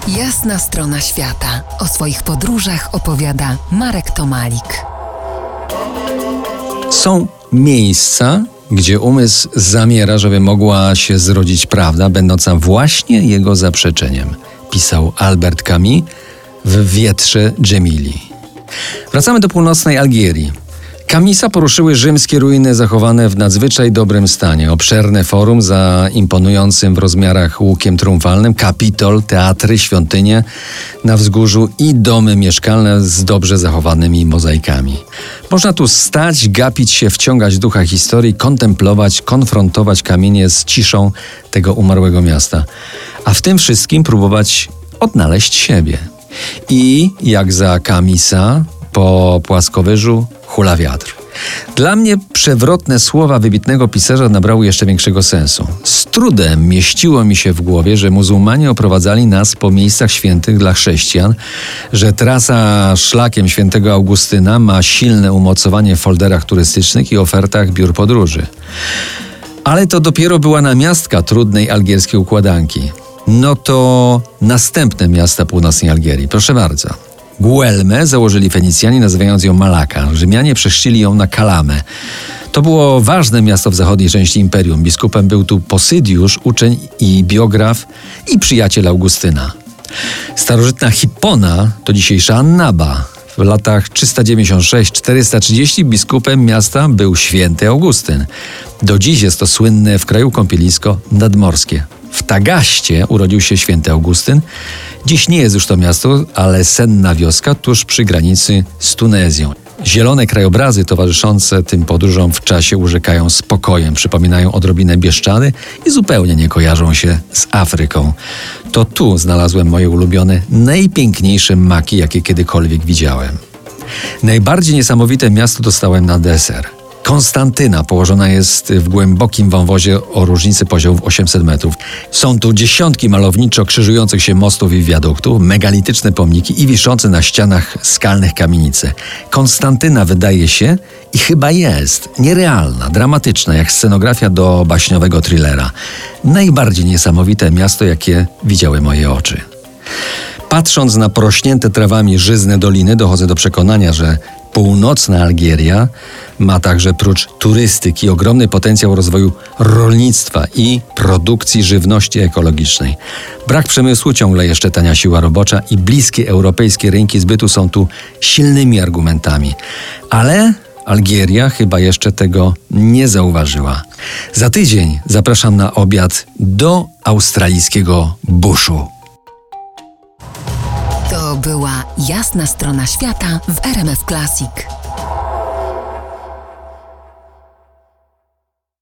Jasna strona świata. O swoich podróżach opowiada Marek Tomalik. Są miejsca, gdzie umysł zamiera, żeby mogła się zrodzić prawda, będąca właśnie jego zaprzeczeniem, pisał Albert Camus w Wietrze Dżemili. Wracamy do północnej Algierii. Camisa poruszyły rzymskie ruiny zachowane w nadzwyczaj dobrym stanie. Obszerne forum za imponującym w rozmiarach łukiem triumfalnym, kapitol, teatry, świątynie na wzgórzu i domy mieszkalne z dobrze zachowanymi mozaikami. Można tu stać, gapić się, wciągać ducha historii, kontemplować, konfrontować kamienie z ciszą tego umarłego miasta. A w tym wszystkim próbować odnaleźć siebie. I jak za Camisa po płaskowyżu hula wiatr. Dla mnie przewrotne słowa wybitnego pisarza nabrały jeszcze większego sensu. Z trudem mieściło mi się w głowie, że muzułmanie oprowadzali nas po miejscach świętych dla chrześcijan, że trasa szlakiem świętego Augustyna ma silne umocowanie w folderach turystycznych i ofertach biur podróży. Ale to dopiero była namiastka trudnej algierskiej układanki. No to następne miasta północnej Algierii. Proszę bardzo. Guelmę założyli Fenicjanie, nazywając ją Malaka. Rzymianie przeszczili ją na Kalamę. To było ważne miasto w zachodniej części imperium. Biskupem był tu Posydiusz, uczeń i biograf i przyjaciel Augustyna. Starożytna Hippona to dzisiejsza Annaba. W latach 396-430 biskupem miasta był święty Augustyn. Do dziś jest to słynne w kraju kąpielisko nadmorskie. W Tagaście urodził się święty Augustyn. Dziś nie jest już to miasto, ale senna wioska tuż przy granicy z Tunezją. Zielone krajobrazy towarzyszące tym podróżom w czasie urzekają spokojem, przypominają odrobinę Bieszczady i zupełnie nie kojarzą się z Afryką. To tu znalazłem moje ulubione, najpiękniejsze maki, jakie kiedykolwiek widziałem. Najbardziej niesamowite miasto dostałem na deser. Konstantyna położona jest w głębokim wąwozie o różnicy poziomów 800 metrów. Są tu dziesiątki malowniczo krzyżujących się mostów i wiaduktów, megalityczne pomniki i wiszące na ścianach skalnych kamienice. Konstantyna wydaje się i chyba jest nierealna, dramatyczna, jak scenografia do baśniowego thrillera. Najbardziej niesamowite miasto, jakie widziały moje oczy. Patrząc na porośnięte trawami żyzne doliny, dochodzę do przekonania, że północna Algieria ma także prócz turystyki ogromny potencjał rozwoju rolnictwa i produkcji żywności ekologicznej. Brak przemysłu, ciągle jeszcze tania siła robocza i bliskie europejskie rynki zbytu są tu silnymi argumentami. Ale Algieria chyba jeszcze tego nie zauważyła. Za tydzień zapraszam na obiad do australijskiego buszu. To była Jasna strona świata w RMF Classic.